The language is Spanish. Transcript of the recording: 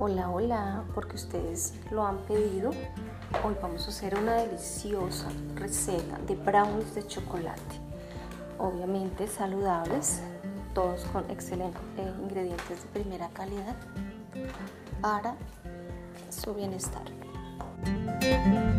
Hola, hola, porque ustedes lo han pedido. Hoy vamos a hacer una deliciosa receta de brownies de chocolate. Obviamente saludables, todos con excelentes ingredientes de primera calidad para su bienestar.